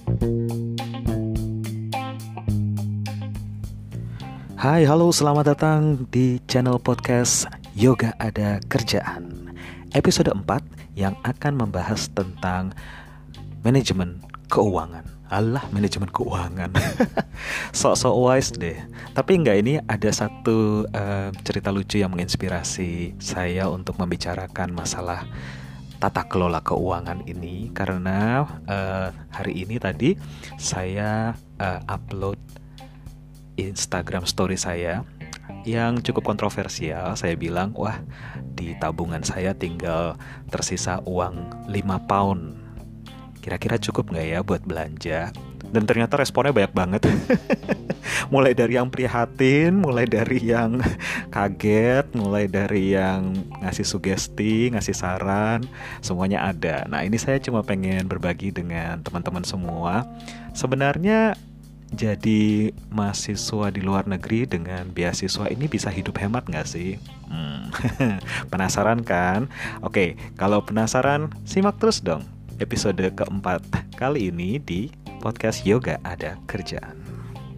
Hai, halo, selamat datang di channel podcast Yoga Ada Kerjaan, episode 4 yang akan membahas tentang manajemen keuangan. Alah, manajemen keuangan. Sok-sok wise deh. Tapi enggak, ini ada satu cerita lucu yang menginspirasi saya untuk membicarakan masalah tata kelola keuangan ini. Karena hari ini tadi saya upload Instagram story saya yang cukup kontroversial. Saya bilang, wah, di tabungan saya tinggal tersisa uang 5 pound. Kira-kira cukup gak ya buat belanja? Dan ternyata responnya banyak banget. Mulai dari yang prihatin, mulai dari yang kaget, mulai dari yang ngasih sugesti, ngasih saran, semuanya ada. Nah, ini saya cuma pengen berbagi dengan teman-teman semua. Sebenarnya jadi mahasiswa di luar negeri dengan beasiswa ini bisa hidup hemat gak sih? Penasaran kan? Oke, kalau penasaran, simak terus dong episode keempat kali ini di podcast Yoga Ada Kerjaan.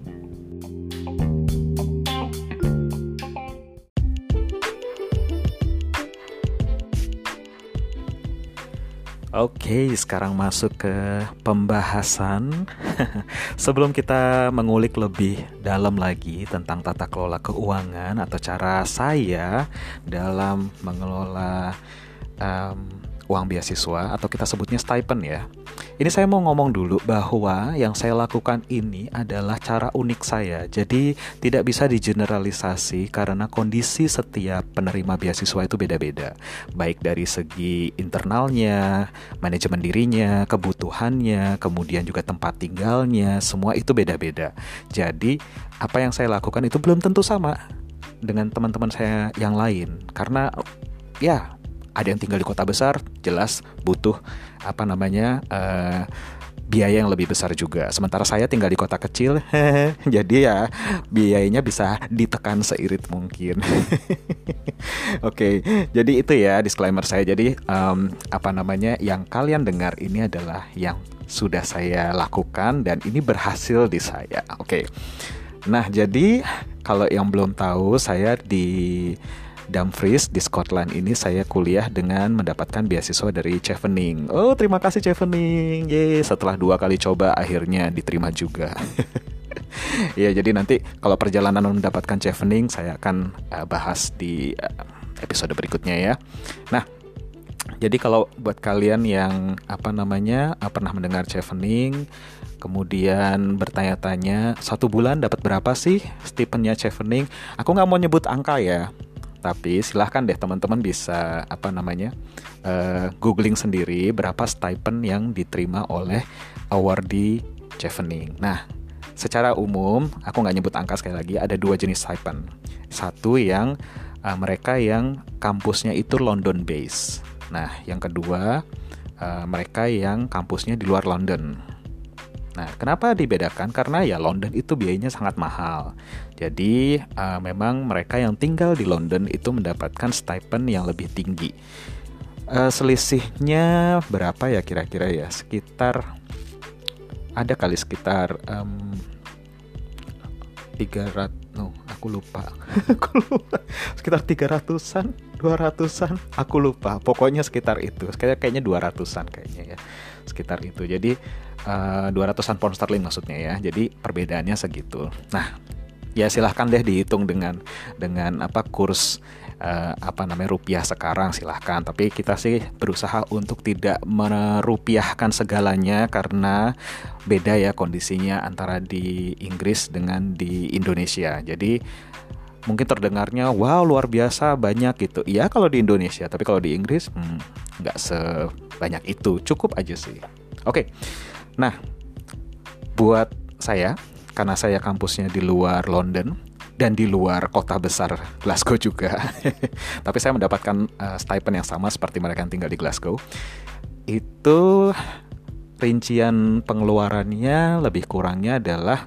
Oke, sekarang masuk ke pembahasan. Sebelum kita mengulik lebih dalam lagi tentang tata kelola keuangan atau cara saya dalam mengelola uang beasiswa atau kita sebutnya stipend ya. Ini saya mau ngomong dulu bahwa yang saya lakukan ini adalah cara unik saya. Jadi tidak bisa digeneralisasi karena kondisi setiap penerima beasiswa itu beda-beda. Baik dari segi internalnya, manajemen dirinya, kebutuhannya, kemudian juga tempat tinggalnya, semua itu beda-beda. Jadi apa yang saya lakukan itu belum tentu sama dengan teman-teman saya yang lain. Karena ya, ada yang tinggal di kota besar, jelas butuh biaya yang lebih besar juga. Sementara saya tinggal di kota kecil, jadi ya biayanya bisa ditekan seirit mungkin. Oke, jadi itu ya disclaimer saya. Jadi yang kalian dengar ini adalah yang sudah saya lakukan dan ini berhasil di saya. Oke. Nah, jadi kalau yang belum tahu, saya di Dumfries di Scotland ini saya kuliah dengan mendapatkan beasiswa dari Chevening. Oh, terima kasih Chevening. Yeay, setelah 2 kali coba akhirnya diterima juga. Ya, jadi nanti kalau perjalanan mendapatkan Chevening saya akan bahas di episode berikutnya ya. Nah, jadi kalau buat kalian yang pernah mendengar Chevening, kemudian bertanya-tanya 1 bulan dapat berapa sih stipendnya Chevening? Aku nggak mau nyebut angka ya. Tapi silahkan deh teman-teman bisa googling sendiri berapa stipend yang diterima oleh awardee Chevening. Nah, secara umum aku nggak nyebut angka, sekali lagi ada 2 jenis stipend. Satu yang mereka yang kampusnya itu London base. Nah, yang kedua mereka yang kampusnya di luar London. Nah, kenapa dibedakan? Karena ya London itu biayanya sangat mahal. Jadi memang mereka yang tinggal di London itu mendapatkan stipend yang lebih tinggi. Selisihnya berapa ya kira-kira ya? Sekitar 300, aku lupa. Sekitar 300-an, 200-an, aku lupa. Pokoknya sekitar itu. Kayaknya 200-an kayaknya ya. Sekitar itu. Jadi 200-an pound sterling maksudnya ya. Jadi perbedaannya segitu. Nah, ya silahkan deh dihitung dengan kurs rupiah sekarang, silahkan. Tapi kita sih berusaha untuk tidak merupiahkan segalanya karena beda ya kondisinya antara di Inggris dengan di Indonesia. Jadi mungkin terdengarnya wow luar biasa banyak gitu. Iya kalau di Indonesia, tapi kalau di Inggris nggak sebanyak itu. Cukup aja sih. Oke. Nah, buat saya, karena saya kampusnya di luar London dan di luar kota besar Glasgow juga, tapi saya mendapatkan stipend yang sama seperti mereka yang tinggal di Glasgow. Itu rincian pengeluarannya lebih kurangnya adalah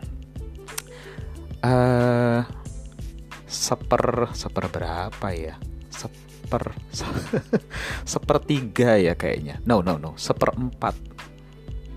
berapa ya? Sepertiga ya kayaknya. No, 1/4.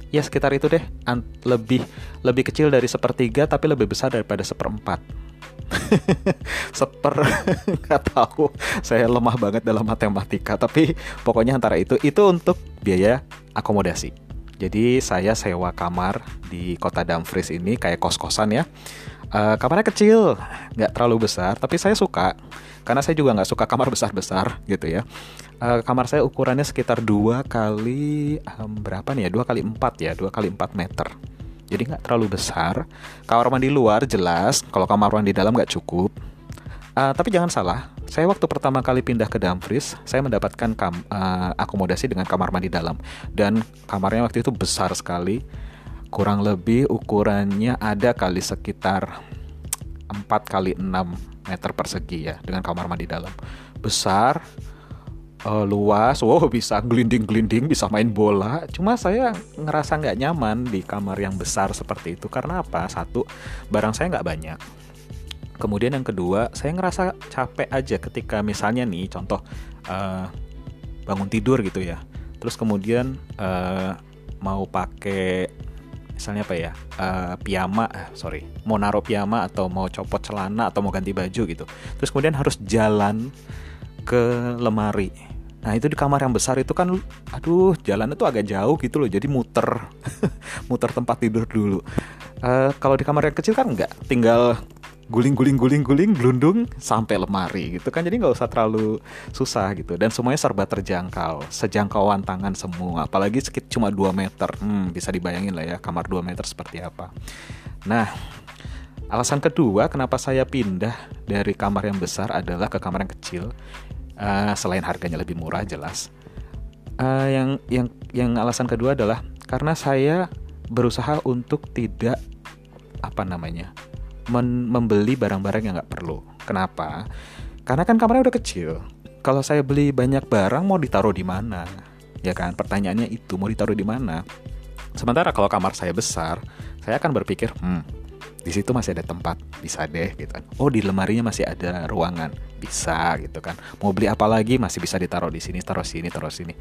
Ya sekitar itu deh, lebih lebih kecil dari sepertiga tapi lebih besar daripada seperempat. Seper nggak tahu, saya lemah banget dalam matematika, tapi pokoknya antara itu untuk biaya akomodasi. Jadi saya sewa kamar di kota Dumfries ini kayak kos-kosan ya. Kamarnya kecil, nggak terlalu besar, tapi saya suka karena saya juga nggak suka kamar besar-besar gitu ya. Kamar saya ukurannya sekitar 2 kali berapa nih ya? 2 kali 4 ya, 2 kali 4 meter. Jadi nggak terlalu besar. Kamar mandi luar jelas, kalau kamar mandi dalam nggak cukup. Tapi jangan salah, saya waktu pertama kali pindah ke Dumfries, saya mendapatkan akomodasi dengan kamar mandi dalam. Dan kamarnya waktu itu besar sekali. Kurang lebih ukurannya ada kali sekitar 4 kali 6 meter persegi ya, dengan kamar mandi dalam. Besar, luas, bisa gelinding-gelinding, bisa main bola. Cuma saya ngerasa nggak nyaman di kamar yang besar seperti itu. Karena apa? Satu, barang saya nggak banyak. Kemudian yang kedua, saya ngerasa capek aja ketika misalnya nih, contoh bangun tidur gitu ya. Terus kemudian mau pakai misalnya apa ya, mau naruh piyama atau mau copot celana atau mau ganti baju gitu. Terus kemudian harus jalan ke lemari. Nah itu di kamar yang besar itu kan, jalannya tuh agak jauh gitu loh. Jadi muter tempat tidur dulu. Kalau di kamar yang kecil kan enggak, tinggal guling gelundung sampai lemari gitu kan. Jadi nggak usah terlalu susah gitu, dan semuanya serba terjangkau, sejangkauan tangan semua. Apalagi cuma 2 meter, bisa dibayangin lah ya kamar 2 meter seperti apa. Nah, alasan kedua kenapa saya pindah dari kamar yang besar adalah ke kamar yang kecil. Selain harganya lebih murah jelas. Yang alasan kedua adalah karena saya berusaha untuk tidak membeli barang-barang yang nggak perlu. Kenapa? Karena kan kamarnya udah kecil. Kalau saya beli banyak barang, mau ditaruh di mana? Ya kan? Pertanyaannya itu, mau ditaruh di mana? Sementara kalau kamar saya besar, saya akan berpikir, di situ masih ada tempat, bisa deh gitu kan. Oh, di lemarinya masih ada ruangan, bisa gitu kan. Mau beli apa lagi masih bisa ditaruh di sini, taruh sini.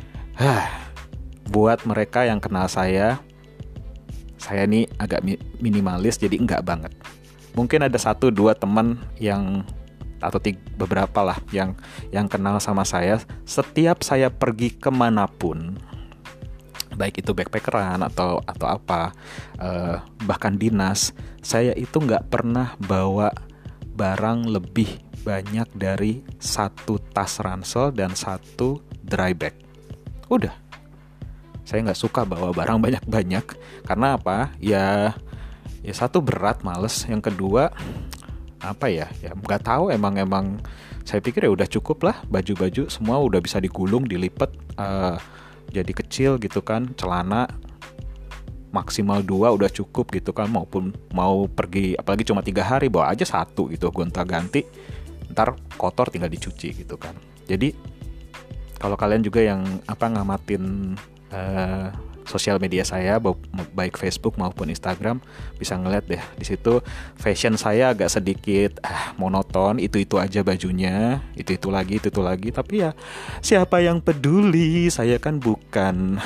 Buat mereka yang kenal saya nih agak minimalis, jadi enggak banget. Mungkin ada 1-2 teman atau beberapa lah yang kenal sama saya. Setiap saya pergi kemanapun, baik itu backpackeran atau apa, bahkan dinas, saya itu nggak pernah bawa barang lebih banyak dari 1 tas ransel dan 1 dry bag. Udah, saya nggak suka bawa barang banyak-banyak. Karena apa? Ya satu, berat, males. Yang kedua ya nggak tahu, emang saya pikir ya udah cukup lah, baju-baju semua udah bisa digulung, dilipat jadi kecil gitu kan. Celana maksimal 2 udah cukup gitu kan. Maupun mau pergi, apalagi cuma 3 hari, bawa aja 1 gitu, gonta-ganti, ntar kotor tinggal dicuci gitu kan. Jadi kalau kalian juga yang ngamatin sosial media saya, baik Facebook maupun Instagram, bisa ngeliat deh di situ fashion saya agak sedikit monoton, itu aja bajunya, itu lagi. Tapi ya siapa yang peduli, saya kan bukan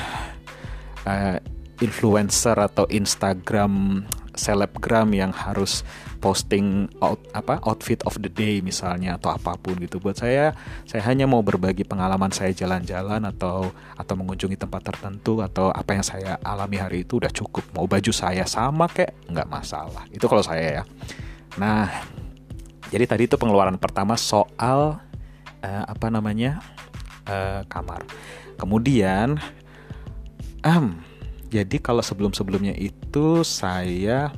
influencer atau Instagram selebgram yang harus posting outfit of the day misalnya atau apapun gitu. Buat saya hanya mau berbagi pengalaman saya jalan-jalan atau mengunjungi tempat tertentu, atau apa yang saya alami hari itu udah cukup. Mau baju saya sama kayak nggak masalah. Itu kalau saya ya. Nah, jadi tadi itu pengeluaran pertama soal kamar. Kemudian jadi kalau sebelumnya itu saya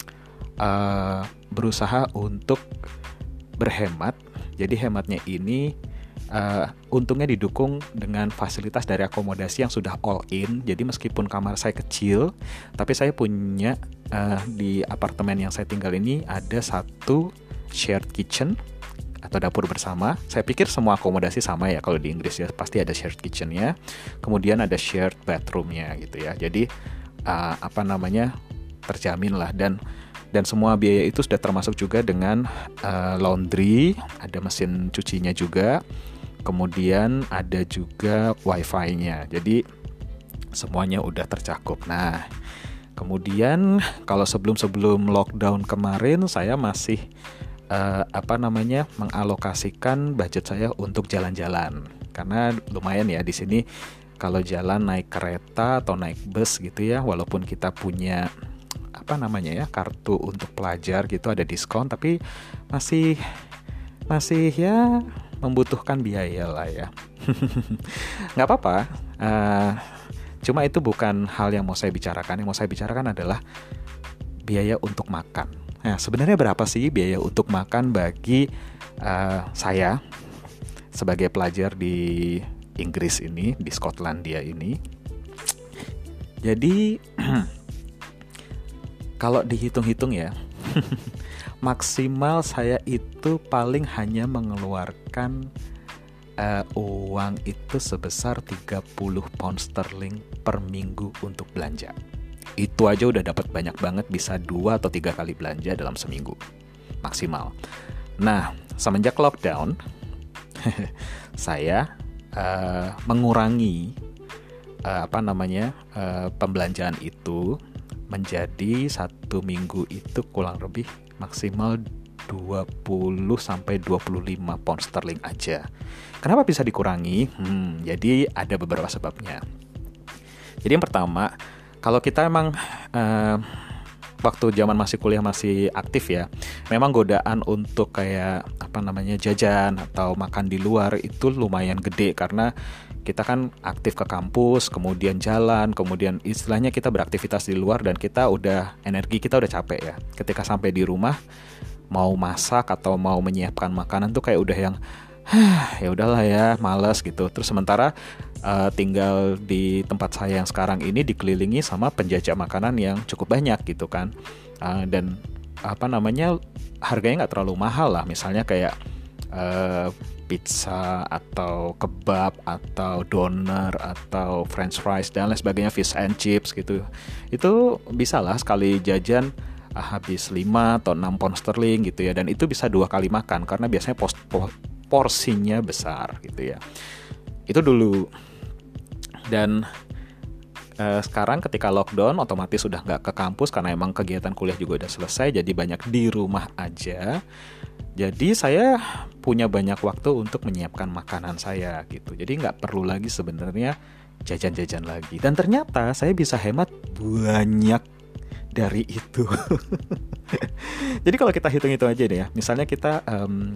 berusaha untuk berhemat. Jadi hematnya ini untungnya didukung dengan fasilitas dari akomodasi yang sudah all in. Jadi meskipun kamar saya kecil, tapi saya punya di apartemen yang saya tinggal ini ada 1 shared kitchen atau dapur bersama. Saya pikir semua akomodasi sama ya, kalau di Inggris ya pasti ada shared kitchen-nya. Kemudian ada shared bathroom-nya gitu ya. Jadi terjamin lah, dan semua biaya itu sudah termasuk juga dengan laundry, ada mesin cucinya juga. Kemudian ada juga wifi-nya. Jadi semuanya udah tercakup. Nah, kemudian kalau sebelum lockdown kemarin saya masih mengalokasikan budget saya untuk jalan-jalan. Karena lumayan ya di sini kalau jalan naik kereta atau naik bus gitu ya, walaupun kita punya kartu untuk pelajar gitu, ada diskon, tapi masih ya membutuhkan biaya lah ya. Nggak apa-apa. Cuma itu bukan hal yang mau saya bicarakan. Yang mau saya bicarakan adalah biaya untuk makan. Nah, sebenarnya berapa sih biaya untuk makan bagi saya sebagai pelajar di Inggris ini, di Skotlandia ini? Jadi kalau dihitung-hitung ya, maksimal saya itu paling hanya mengeluarkan uang itu sebesar 30 pound sterling per minggu untuk belanja. Itu aja udah dapat banyak banget, bisa 2 atau 3 kali belanja dalam seminggu maksimal. Nah, semenjak lockdown saya mengurangi pembelanjaan itu menjadi 1 minggu itu kurang lebih maksimal 20-25 pound sterling aja. Kenapa bisa dikurangi? Jadi ada beberapa sebabnya. Jadi yang pertama, kalau kita emang waktu zaman masih kuliah masih aktif ya, memang godaan untuk kayak jajan atau makan di luar itu lumayan gede, karena kita kan aktif ke kampus, kemudian jalan, kemudian istilahnya kita beraktivitas di luar dan energi kita udah capek ya. Ketika sampai di rumah mau masak atau mau menyiapkan makanan tuh kayak udah yang ya udahlah ya, malas gitu. Terus sementara tinggal di tempat saya yang sekarang ini dikelilingi sama penjajah makanan yang cukup banyak gitu kan, dan harganya nggak terlalu mahal lah, misalnya kayak pizza atau kebab atau doner atau french fries dan lain sebagainya, fish and chips gitu. Itu bisa lah sekali jajan habis 5 atau 6 pound sterling gitu ya, dan itu bisa 2 kali makan karena biasanya porsinya besar gitu ya. Itu dulu. Dan sekarang ketika lockdown otomatis sudah nggak ke kampus karena emang kegiatan kuliah juga udah selesai, jadi banyak di rumah aja. Jadi saya punya banyak waktu untuk menyiapkan makanan saya gitu. Jadi nggak perlu lagi sebenarnya jajan-jajan lagi. Dan ternyata saya bisa hemat banyak dari itu. Jadi kalau kita hitung-hitung aja deh ya, misalnya kita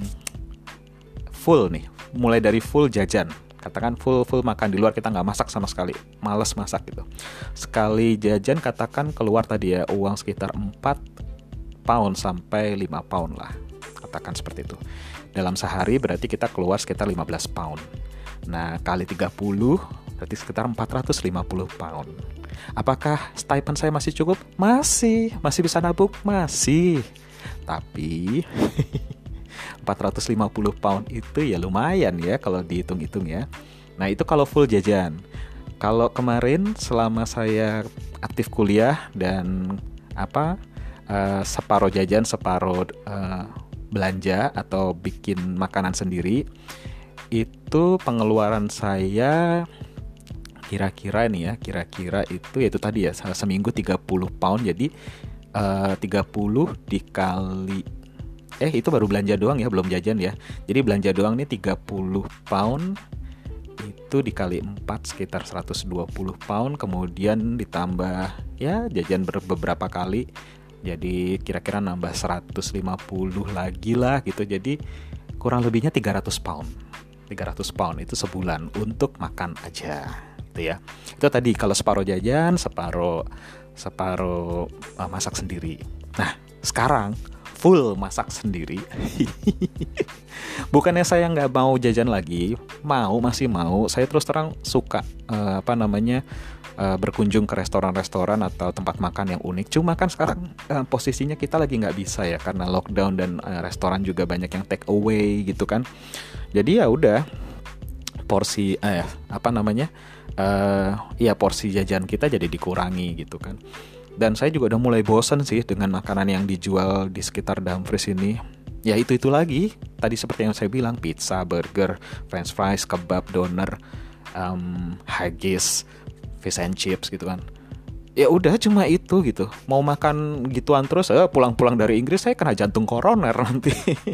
full nih, mulai dari full jajan, katakan full makan di luar, kita nggak masak sama sekali, males masak gitu. Sekali jajan katakan keluar tadi ya uang sekitar 4 pound sampai 5 pound lah, katakan seperti itu. Dalam sehari berarti kita keluar sekitar 15 pound. Nah, kali 30 berarti sekitar 450 pound. Apakah stipend saya masih cukup? Masih bisa nabung? Masih. Tapi 450 pound itu ya lumayan ya kalau dihitung-hitung ya. Nah, itu kalau full jajan. Kalau kemarin selama saya aktif kuliah dan separuh jajan, separuh belanja atau bikin makanan sendiri, itu pengeluaran saya kira-kira itu tadi ya, seminggu 30 pound. Jadi 30 dikali itu baru belanja doang ya, belum jajan ya. Jadi belanja doang nih 30 pound, itu dikali 4 sekitar 120 pound, kemudian ditambah ya jajan beberapa kali, jadi kira-kira nambah 150 lagi lah gitu. Jadi kurang lebihnya 300 pound itu sebulan untuk makan aja gitu ya. Itu tadi kalau separuh jajan, separuh masak sendiri. Nah, sekarang full masak sendiri. Bukannya saya nggak mau jajan lagi, masih mau. Saya terus terang suka berkunjung ke restoran-restoran atau tempat makan yang unik. Cuma kan sekarang posisinya kita lagi nggak bisa ya karena lockdown, dan restoran juga banyak yang take away gitu kan. Jadi ya udah, porsi porsi jajan kita jadi dikurangi gitu kan. Dan saya juga udah mulai bosan sih dengan makanan yang dijual di sekitar Dumfries ini. Ya itu lagi, tadi seperti yang saya bilang, pizza, burger, french fries, kebab, doner, haggis, fish and chips gitu kan. Ya udah cuma itu gitu. Mau makan gituan terus, pulang-pulang dari Inggris saya kena jantung koroner nanti.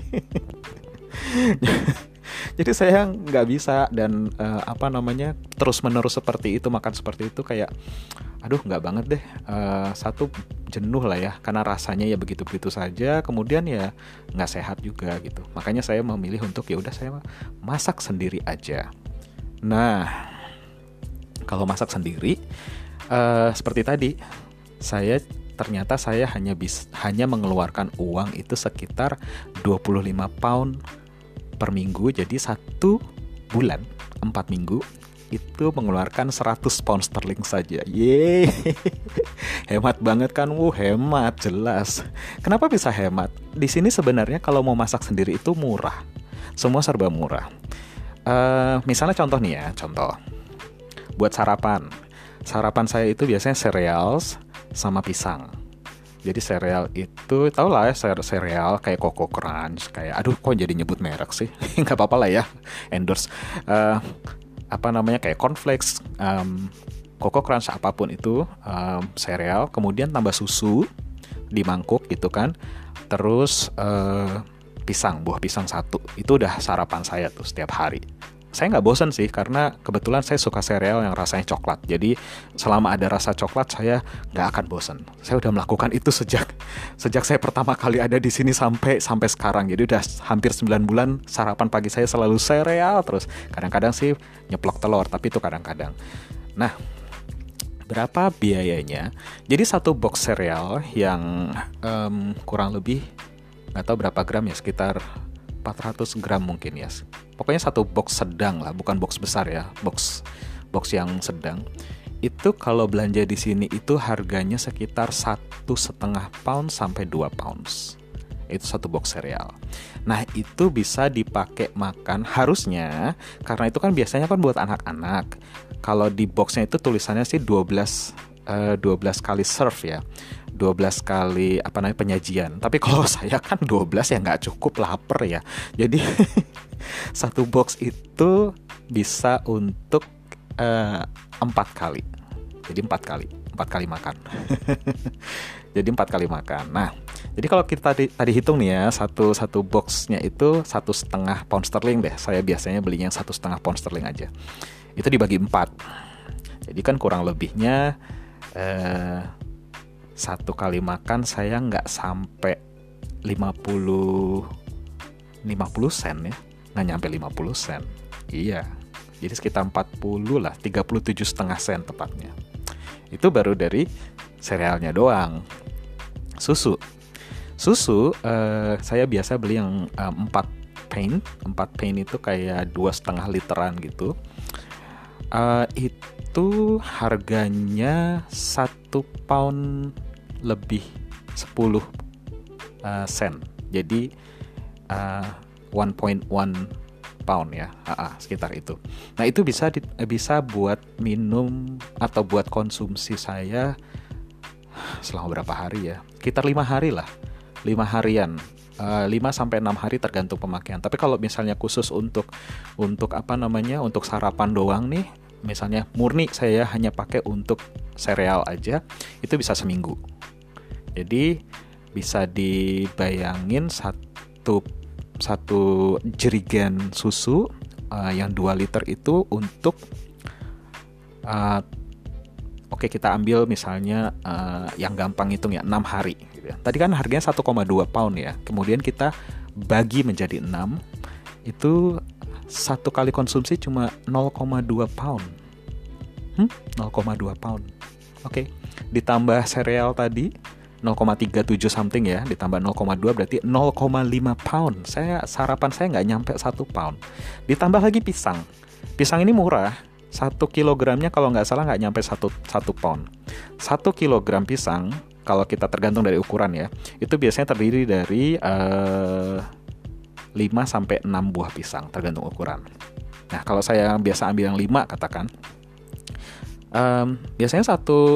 Jadi saya nggak bisa dan terus menerus seperti itu, makan seperti itu kayak aduh nggak banget deh. Satu, jenuh lah ya karena rasanya ya begitu-begitu saja, kemudian ya nggak sehat juga gitu. Makanya saya memilih untuk ya udah saya masak sendiri aja. Nah, kalau masak sendiri seperti tadi, ternyata saya hanya mengeluarkan uang itu sekitar 25 pound per minggu. Jadi 1 bulan 4 minggu itu mengeluarkan 100 pound sterling saja. Yeay. Hemat banget kan? Hemat jelas. Kenapa bisa hemat? Di sini sebenarnya kalau mau masak sendiri itu murah. Semua serba murah. Misalnya contoh nih ya, buat sarapan. Sarapan saya itu biasanya cereals sama pisang. Jadi sereal itu tau lah ya, sereal kayak Coco Crunch, kayak aduh kok jadi nyebut merek sih. Nggak apa-apa lah ya, endorse. Kayak cornflakes, Coco Crunch, apapun itu, sereal, kemudian tambah susu di mangkuk gitu kan. Terus buah pisang 1. Itu udah sarapan saya tuh setiap hari. Saya nggak bosan sih karena kebetulan saya suka sereal yang rasanya coklat. Jadi selama ada rasa coklat saya nggak akan bosan. Saya udah melakukan itu sejak saya pertama kali ada di sini sampai sekarang. Jadi udah hampir 9 bulan sarapan pagi saya selalu sereal terus. Kadang-kadang sih nyeplok telur, tapi itu kadang-kadang. Nah, berapa biayanya? Jadi 1 box sereal yang kurang lebih nggak tahu berapa gram ya, sekitar 400 gram mungkin ya. Pokoknya 1 box sedang lah, bukan box besar ya, box yang sedang. Itu kalau belanja di sini itu harganya sekitar 1,5 pound sampai 2 pounds. Itu 1 box sereal. Nah, itu bisa dipakai makan harusnya, karena itu kan biasanya kan buat anak-anak. Kalau di boxnya itu tulisannya sih 12 kali serve ya. 12 kali penyajian. Tapi kalau saya kan 12 ya nggak cukup, lapar ya. Jadi 1 box itu bisa untuk 4 kali. Jadi 4 kali makan. Jadi 4 kali makan. Nah, jadi kalau kita tadi hitung nih ya, satu boxnya itu 1,5 pound sterling deh. Saya biasanya belinya 1,5 pound sterling aja. Itu dibagi 4. Jadi kan kurang lebihnya 1 kali makan saya nggak sampai 50 sen ya, nggak nyampe 50 sen. Iya, jadi sekitar 40 lah, 37,5 sen tepatnya. Itu baru dari serealnya doang. Susu saya biasa beli yang 4 pint itu kayak 2,5 literan gitu. Itu harganya 1 pound lebih 10 sen. Jadi 1.1 pound ya, sekitar itu. Nah, itu bisa buat minum atau buat konsumsi saya selama berapa hari ya? Sekitar 5 hari lah. 5 harian. 5 sampai 6 hari tergantung pemakaian. Tapi kalau misalnya khusus untuk sarapan doang nih, misalnya murni saya hanya pakai untuk sereal aja, itu bisa seminggu. Jadi bisa dibayangin satu jerigen susu yang 2 liter itu untuk kita ambil misalnya yang gampang hitung ya 6 hari gitu ya. Tadi kan harganya 1,2 pound ya. Kemudian kita bagi menjadi 6, itu 1 kali konsumsi cuma 0,2 pound. 0,2 pound. Oke. Ditambah sereal tadi 0,37 something ya, ditambah 0,2 berarti 0,5 pound. Sarapan saya nggak nyampe 1 pound. Ditambah lagi pisang. Pisang ini murah. 1 kilogramnya kalau nggak salah nggak nyampe 1 pound. 1 kilogram pisang, kalau kita tergantung dari ukuran ya, itu biasanya terdiri dari 5 sampai 6 buah pisang, tergantung ukuran. Nah, kalau saya biasa ambil yang 5 katakan, biasanya 1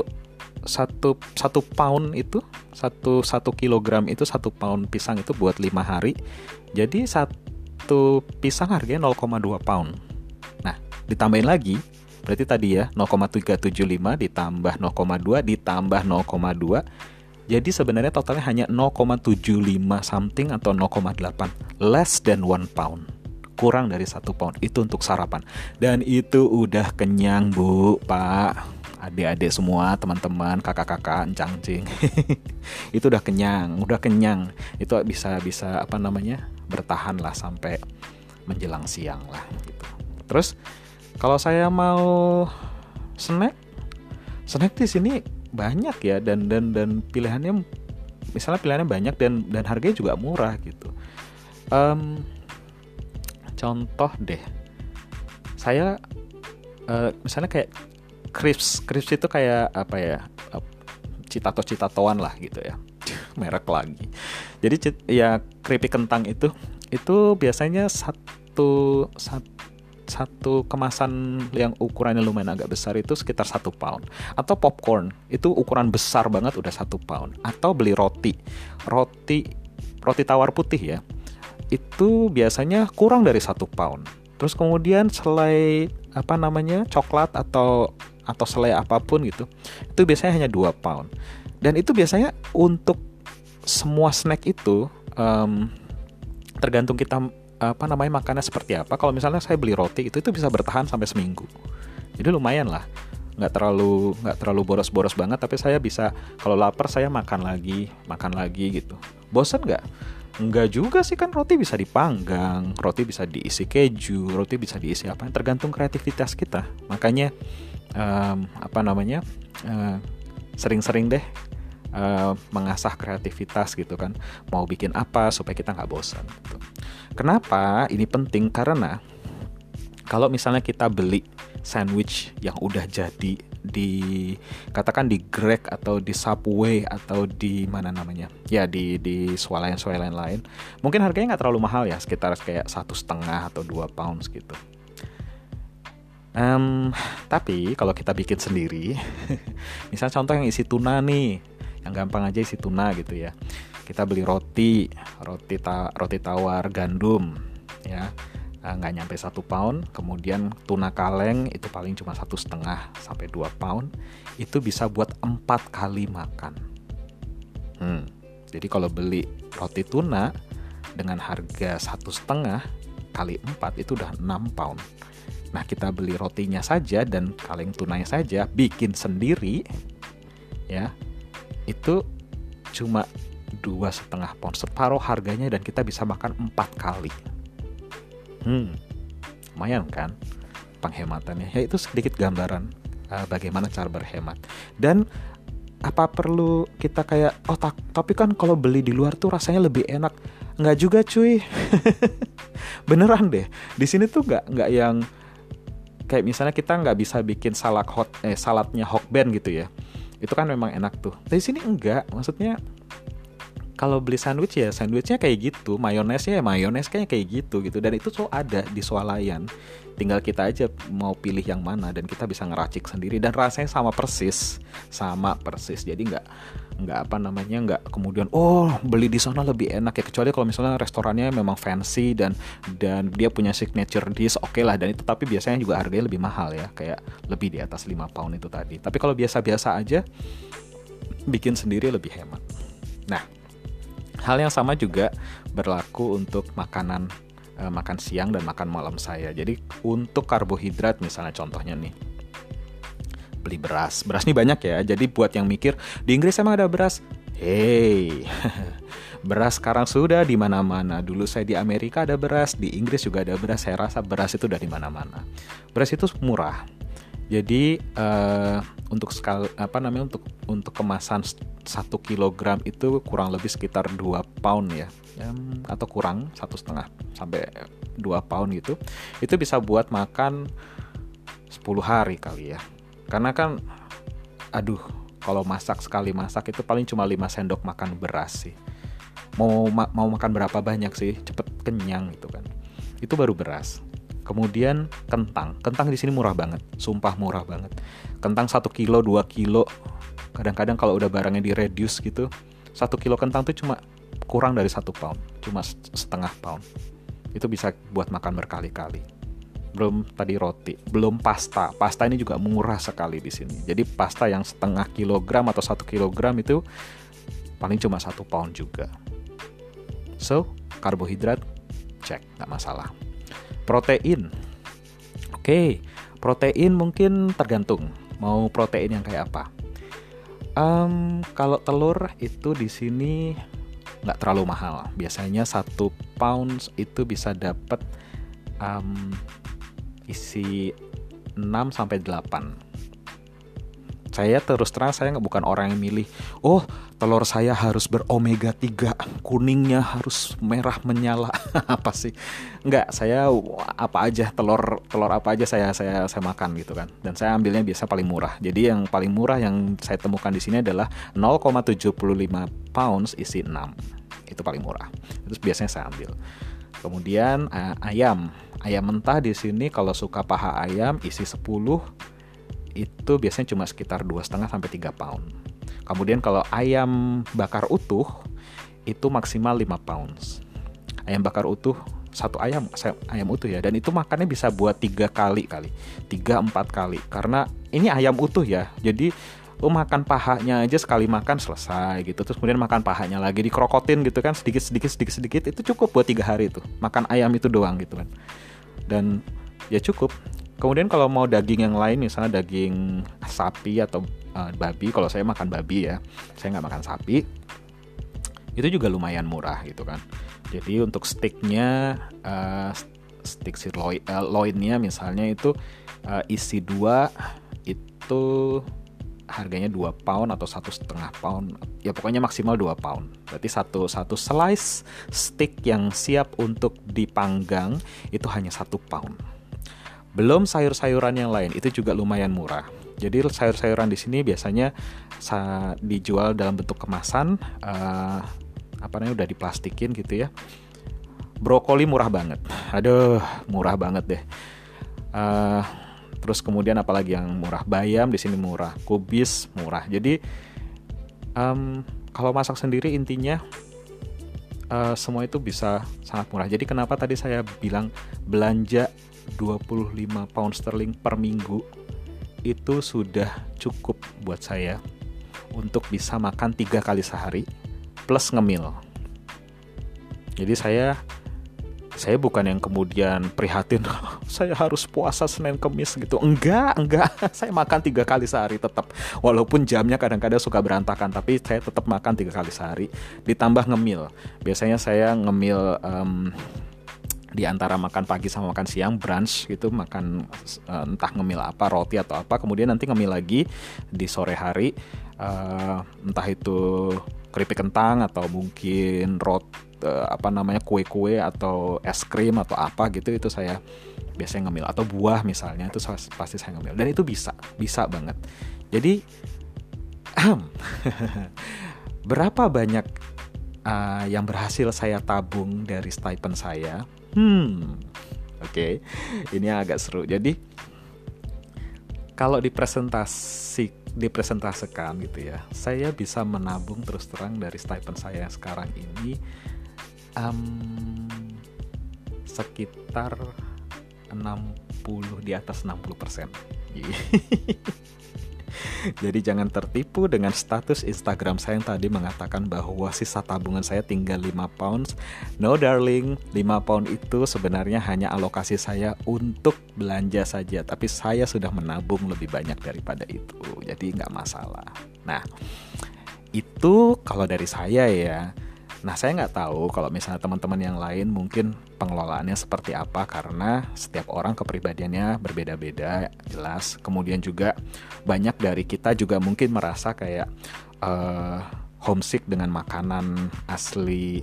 pound itu, 1 kilogram itu 1 pound pisang itu buat 5 hari. Jadi 1 pisang harganya 0,2 pound. Nah, ditambahin lagi Berarti tadi ya 0,375 ditambah 0,2 ditambah 0,2. Jadi sebenarnya totalnya hanya 0,75 something atau 0,8, less than 1 pound. Kurang dari 1 pound. Itu untuk sarapan. Dan itu udah kenyang, Bu, Pak, adik-adik semua, teman-teman, kakak-kakak, encang-cing. Itu udah kenyang. Itu bisa bertahan lah sampai menjelang siang lah gitu. Terus kalau saya mau snack di sini banyak ya, dan pilihannya banyak dan harganya juga murah gitu. Contoh deh, saya misalnya kayak crisps itu kayak apa ya, citatoan lah gitu ya, merek lagi. Jadi ya keripik kentang itu biasanya satu kemasan yang ukurannya lumayan agak besar itu sekitar 1 pound. Atau popcorn itu ukuran besar banget udah 1 pound. Atau beli roti tawar putih ya, itu biasanya kurang dari 1 pound. Terus kemudian selai coklat atau selai apapun gitu, itu biasanya hanya 2 pound. Dan itu biasanya untuk semua snack itu tergantung kita makannya seperti apa. Kalau misalnya saya beli roti itu bisa bertahan sampai seminggu. Jadi lumayan lah. Nggak terlalu boros-boros banget, tapi saya bisa kalau lapar saya makan lagi gitu. Bosan nggak? Enggak juga sih, kan roti bisa dipanggang, roti bisa diisi keju, roti bisa diisi apa, tergantung kreativitas kita. Makanya sering-sering deh mengasah kreativitas gitu kan, mau bikin apa supaya kita nggak bosan gitu. Kenapa ini penting? Karena kalau misalnya kita beli sandwich yang udah jadi katakan di Greg atau di Subway atau di mana namanya ya, di swalayan lain, mungkin harganya nggak terlalu mahal ya, sekitar kayak 1,5 atau 2 pounds gitu. Tapi kalau kita bikin sendiri misalnya contoh yang isi tuna nih, yang gampang aja isi tuna gitu ya, kita beli roti tawar gandum ya, nggak nyampe 1 pound. Kemudian tuna kaleng itu paling cuma 1,5 sampai 2 pound. Itu bisa buat 4 kali makan. Jadi kalau beli roti tuna dengan harga 1,5 kali 4 itu udah 6 pound. Nah, kita beli rotinya saja dan kaleng tunanya saja, bikin sendiri ya, itu cuma 2,5 pound, separuh harganya, dan kita bisa makan 4 kali. Lumayan kan penghematannya. Ya, itu sedikit gambaran bagaimana cara berhemat. Dan apa perlu kita kayak tapi kan kalau beli di luar tuh rasanya lebih enak? Nggak juga cuy. Beneran deh, di sini tuh nggak yang kayak misalnya kita nggak bisa bikin saladnya Hokben gitu ya, itu kan memang enak tuh. Di sini enggak, maksudnya kalau beli sandwich ya sandwichnya kayak gitu, mayonesnya kayak gitu, dan itu tuh ada di swalayan. Tinggal kita aja mau pilih yang mana, dan kita bisa ngeracik sendiri, dan rasanya sama persis. Jadi nggak kemudian beli di sana lebih enak ya, kecuali kalau misalnya restorannya memang fancy dan dia punya signature dish, oke lah, dan itu tapi biasanya juga harganya lebih mahal ya, kayak lebih di atas 5 pound itu tadi. Tapi kalau biasa-biasa aja bikin sendiri lebih hemat. Nah, hal yang sama juga berlaku untuk makan siang dan makan malam saya. Jadi untuk karbohidrat misalnya contohnya nih, beli beras nih banyak ya. Jadi buat yang mikir di Inggris emang ada beras, beras sekarang sudah di mana-mana. Dulu saya di Amerika ada beras, di Inggris juga ada beras. Saya rasa beras itu udah di mana-mana. Beras itu murah. Jadi untuk kemasan 1 kilogram itu kurang lebih sekitar 2 pound ya, atau kurang 1,5 sampai 2 pound gitu. Itu bisa buat makan 10 hari kali ya. Karena kan kalau sekali masak itu paling cuma 5 sendok makan beras sih. Mau makan berapa banyak sih, cepet kenyang gitu kan. Itu baru beras. Kemudian kentang di sini murah banget, sumpah murah banget. Kentang 1 kilo, 2 kilo, kadang-kadang kalau udah barangnya di reduce gitu, 1 kilo kentang tuh cuma kurang dari 1 pound, cuma 0,5 pound. Itu bisa buat makan berkali-kali. belum tadi roti, belum pasta. Pasta ini juga murah sekali di sini. Jadi pasta yang setengah kilogram atau 1 kilogram itu paling cuma 1 pound juga. So, karbohidrat cek, nggak masalah. Protein, oke, protein mungkin tergantung mau protein yang kayak apa. Kalau telur itu di sini nggak terlalu mahal. Biasanya 1 pound itu bisa dapat isi 6-8. Saya terus terang, saya bukan orang yang milih, oh telur saya harus beromega 3, kuningnya harus merah menyala. Apa sih? Enggak, saya apa aja, telur apa aja saya makan gitu kan. Dan saya ambilnya biasa paling murah. Jadi yang paling murah yang saya temukan di sini adalah 0,75 pounds isi 6. Itu paling murah. Itu biasanya saya ambil. Kemudian ayam mentah di sini kalau suka paha ayam isi 10 itu biasanya cuma sekitar 2,5 sampai 3 pound. Kemudian kalau ayam bakar utuh itu maksimal 5 pounds. Ayam bakar utuh, satu ayam utuh ya, dan itu makannya bisa buat 3-4 kali karena ini ayam utuh ya. Jadi lu makan pahanya aja sekali makan selesai gitu. Terus kemudian makan pahanya lagi dikrokotin gitu kan, sedikit itu cukup buat 3 hari itu. Makan ayam itu doang gitu kan. Dan ya cukup. Kemudian kalau mau daging yang lain, misalnya daging sapi atau babi, kalau saya makan babi ya, saya nggak makan sapi, itu juga lumayan murah gitu kan. Jadi untuk steaknya, steak sirloinnya misalnya itu isi 2 itu harganya 2 pound atau 1,5 pound, ya pokoknya maksimal 2 pound. Berarti satu slice steak yang siap untuk dipanggang itu hanya 1 pound. Belum sayur-sayuran yang lain, itu juga lumayan murah. Jadi sayur-sayuran di sini biasanya dijual dalam bentuk kemasan, udah diplastikin gitu ya. Brokoli murah banget, aduh murah banget deh. Terus kemudian apalagi yang murah, bayam di sini murah, kubis murah. Jadi kalau masak sendiri intinya semua itu bisa sangat murah. Jadi kenapa tadi saya bilang belanja 25 pound sterling per minggu itu sudah cukup buat saya untuk bisa makan 3 kali sehari plus ngemil. Jadi saya bukan yang kemudian prihatin saya harus puasa Senin Kemis gitu. Enggak, saya makan 3 kali sehari tetap. Walaupun jamnya kadang-kadang suka berantakan, tapi saya tetap makan 3 kali sehari ditambah ngemil. Biasanya saya ngemil di antara makan pagi sama makan siang, brunch gitu, makan entah ngemil apa, roti atau apa, kemudian nanti ngemil lagi di sore hari, entah itu keripik kentang atau mungkin kue-kue atau es krim atau apa gitu, itu saya biasanya ngemil, atau buah misalnya, itu pasti saya ngemil, dan itu bisa banget. Jadi berapa banyak yang berhasil saya tabung dari stipend saya? Oke. Ini agak seru. Jadi kalau dipresentasikan gitu ya, saya bisa menabung terus terang dari stipend saya sekarang ini sekitar 60, di atas 60%. Jadi jangan tertipu dengan status Instagram saya yang tadi mengatakan bahwa sisa tabungan saya tinggal 5 pounds. No darling, 5 pound itu sebenarnya hanya alokasi saya untuk belanja saja, tapi saya sudah menabung lebih banyak daripada itu. Jadi nggak masalah. Nah, itu kalau dari saya ya. Nah, saya nggak tahu kalau misalnya teman-teman yang lain mungkin pengelolaannya seperti apa, karena setiap orang kepribadiannya berbeda-beda, jelas. Kemudian juga banyak dari kita juga mungkin merasa kayak homesick dengan makanan asli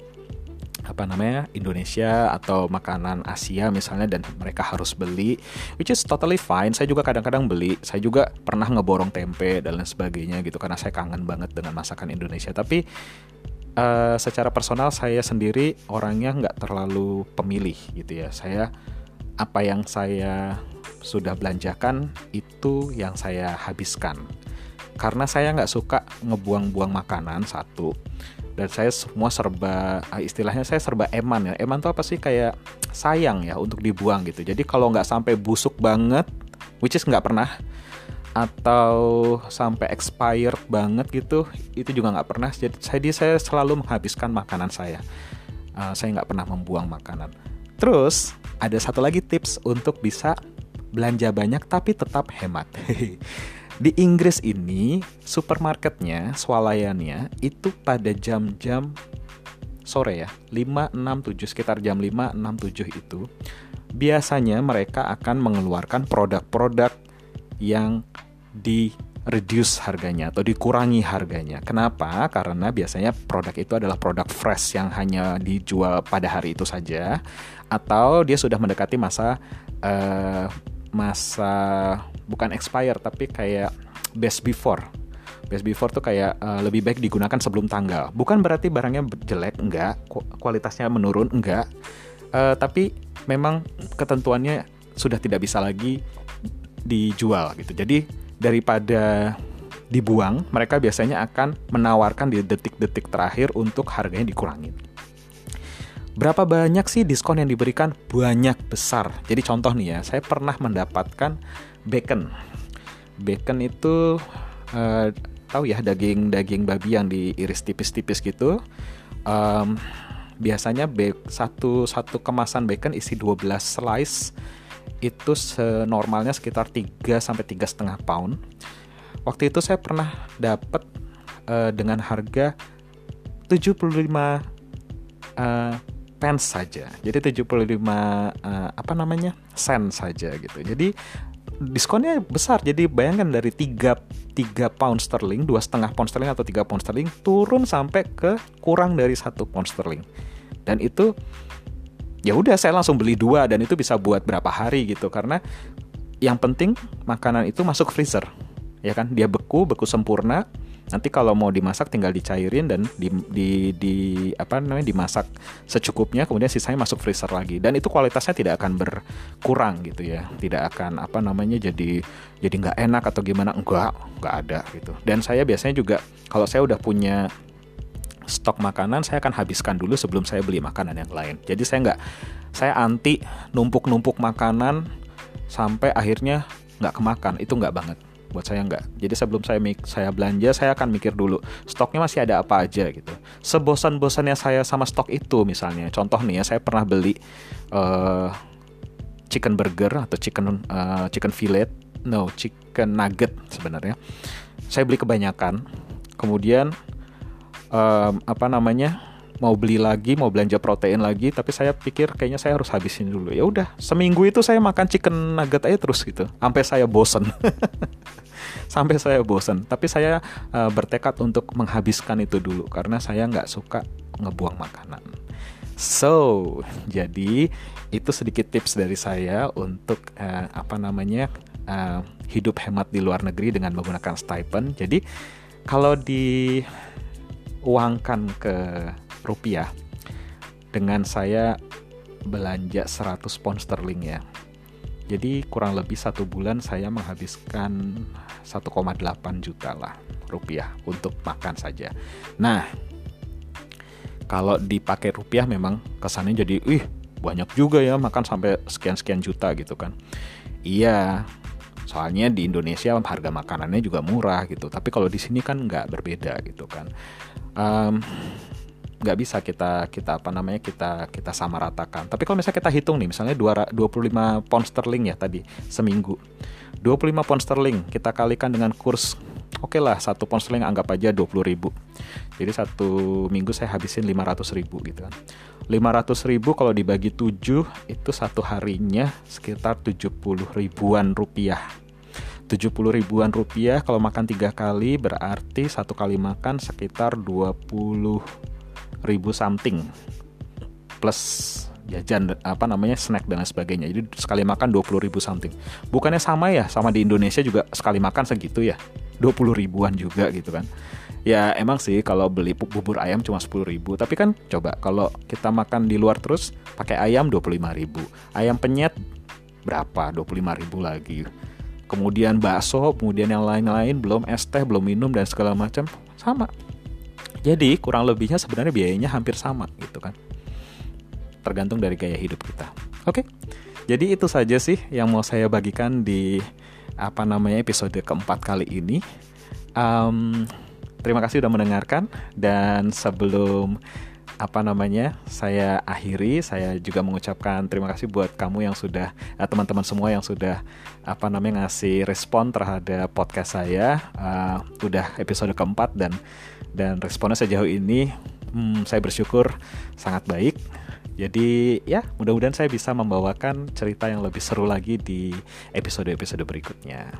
Indonesia atau makanan Asia misalnya, dan mereka harus beli, which is totally fine. Saya juga kadang-kadang beli, saya juga pernah ngeborong tempe dan lain sebagainya gitu, karena saya kangen banget dengan masakan Indonesia. Tapi secara personal saya sendiri orangnya nggak terlalu pemilih gitu ya. Saya apa yang saya sudah belanjakan itu yang saya habiskan, karena saya nggak suka ngebuang-buang makanan, satu. Dan saya semua serba, istilahnya saya serba eman ya. Eman tuh apa sih, kayak sayang ya untuk dibuang gitu. Jadi kalau nggak sampai busuk banget, which is nggak pernah, atau sampai expired banget gitu, itu juga nggak pernah. Jadi saya selalu menghabiskan makanan saya. Saya nggak pernah membuang makanan. Terus ada satu lagi tips untuk bisa belanja banyak tapi tetap hemat. Di Inggris ini supermarketnya, swalayannya itu pada jam-jam sore ya, 5, 6, 7, sekitar jam 5, 6, 7 itu biasanya mereka akan mengeluarkan produk-produk yang di reduce harganya atau dikurangi harganya. Kenapa? Karena biasanya produk itu adalah produk fresh yang hanya dijual pada hari itu saja, atau dia sudah mendekati masa bukan expire tapi kayak best before. Best before tuh kayak lebih baik digunakan sebelum tanggal. Bukan berarti barangnya jelek, enggak, kualitasnya menurun, enggak. Tapi memang ketentuannya sudah tidak bisa lagi dijual gitu. Jadi daripada dibuang, mereka biasanya akan menawarkan di detik-detik terakhir untuk harganya dikurangin. Berapa banyak sih diskon yang diberikan? Banyak, besar. Jadi contoh nih ya, saya pernah mendapatkan bacon. Bacon itu tahu ya, daging babi yang diiris tipis-tipis gitu. Biasanya satu kemasan bacon isi 12 slice. Itu normalnya sekitar 3 sampai 3,5 pound. Waktu itu saya pernah dapat dengan harga 75 pence saja. Jadi 75 sen saja gitu. Jadi diskonnya besar. Jadi bayangkan dari 3 pound sterling, 2,5 pound sterling atau 3 pound sterling turun sampai ke kurang dari 1 pound sterling. Dan itu ya udah, saya langsung beli 2 dan itu bisa buat berapa hari gitu, karena yang penting makanan itu masuk freezer, ya kan, dia beku sempurna. Nanti kalau mau dimasak tinggal dicairin dan dimasak secukupnya, kemudian sisanya masuk freezer lagi, dan itu kualitasnya tidak akan berkurang gitu ya, tidak akan jadi nggak enak atau gimana, nggak ada gitu. Dan saya biasanya juga kalau saya udah punya stok makanan, saya akan habiskan dulu sebelum saya beli makanan yang lain. Jadi saya anti numpuk makanan sampai akhirnya nggak kemakan. Itu nggak banget, buat saya nggak. Jadi sebelum saya belanja, saya akan mikir dulu stoknya masih ada apa aja gitu. Sebosan-bosannya saya sama stok itu, misalnya contoh nih ya, saya pernah beli chicken burger atau chicken nugget sebenarnya. Saya beli kebanyakan, kemudian mau beli lagi, mau belanja protein lagi, tapi saya pikir kayaknya saya harus habisin dulu. Ya udah, seminggu itu saya makan chicken nugget aja terus gitu, sampai saya bosen. Tapi saya bertekad untuk menghabiskan itu dulu karena saya nggak suka ngebuang makanan. So, jadi itu sedikit tips dari saya untuk hidup hemat di luar negeri dengan menggunakan stipend. Jadi kalau uangkan ke rupiah, dengan saya belanja 100 pound sterling ya, jadi kurang lebih 1 bulan saya menghabiskan 1,8 juta lah rupiah untuk makan saja. Nah, kalau dipakai rupiah memang kesannya jadi banyak juga ya, makan sampai sekian juta gitu kan. Iya, soalnya di Indonesia harga makanannya juga murah gitu. Tapi kalau di sini kan nggak berbeda gitu kan. Nggak bisa kita samaratakan. Tapi kalau misalnya kita hitung nih, misalnya 25 pound sterling ya tadi seminggu, 25 pound sterling kita kalikan dengan kurs, oke lah, 1 pound sterling anggap aja 20.000. Jadi 1 minggu saya habisin 500.000 gitu kan. 500.000 kalau dibagi 7 itu satu harinya sekitar 70.000-an rupiah. 70.000-an rupiah kalau makan 3 kali, berarti satu kali makan sekitar 20.000 something plus jajan snack dan lain sebagainya. Jadi sekali makan 20.000 something. Bukannya sama ya, sama di Indonesia juga sekali makan segitu ya, 20.000-an juga gitu kan. Ya emang sih kalau beli bubur ayam cuma 10.000, tapi kan coba kalau kita makan di luar terus pakai ayam 25.000, ayam penyet berapa, 25.000 lagi, kemudian bakso, kemudian yang lain-lain, belum es teh, belum minum dan segala macam, sama. Jadi kurang lebihnya sebenarnya biayanya hampir sama gitu kan. tergantung dari gaya hidup kita. Oke, jadi itu saja sih yang mau saya bagikan di episode keempat kali ini. Terima kasih sudah mendengarkan, dan sebelum saya akhiri, saya juga mengucapkan terima kasih buat kamu yang sudah teman-teman semua yang sudah ngasih respon terhadap podcast saya. Udah episode keempat dan responnya sejauh ini saya bersyukur sangat baik. Jadi ya, mudah-mudahan saya bisa membawakan cerita yang lebih seru lagi di episode-episode berikutnya.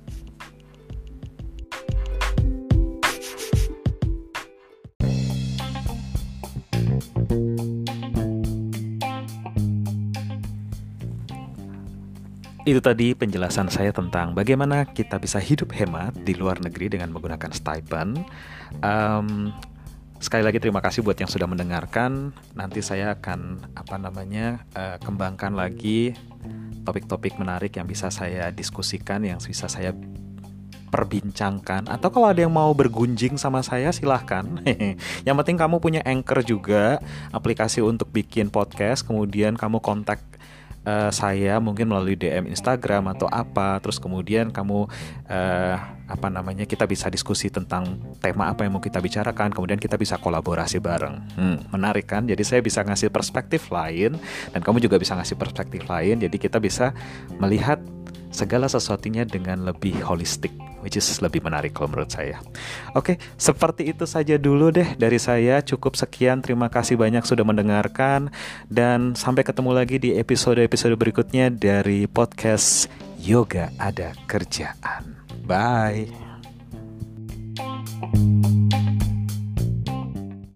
Itu tadi penjelasan saya tentang bagaimana kita bisa hidup hemat di luar negeri dengan menggunakan stipend. Sekali lagi terima kasih buat yang sudah mendengarkan. Nanti saya akan kembangkan lagi topik-topik menarik yang bisa saya diskusikan, yang bisa saya perbincangkan. Atau kalau ada yang mau bergunjing sama saya, silahkan. Yang penting kamu punya Anchor juga, aplikasi untuk bikin podcast. Kemudian kamu kontak saya mungkin melalui DM Instagram atau apa, terus kemudian kamu kita bisa diskusi tentang tema apa yang mau kita bicarakan, kemudian kita bisa kolaborasi bareng. Menarik kan? Jadi saya bisa ngasih perspektif lain dan kamu juga bisa ngasih perspektif lain, jadi kita bisa melihat segala sesuatunya dengan lebih holistik, which is lebih menarik kalau menurut saya. Oke, seperti itu saja dulu deh dari saya. Cukup sekian, terima kasih banyak sudah mendengarkan, dan sampai ketemu lagi di episode-episode berikutnya dari podcast Yoga Ada Kerjaan. Bye.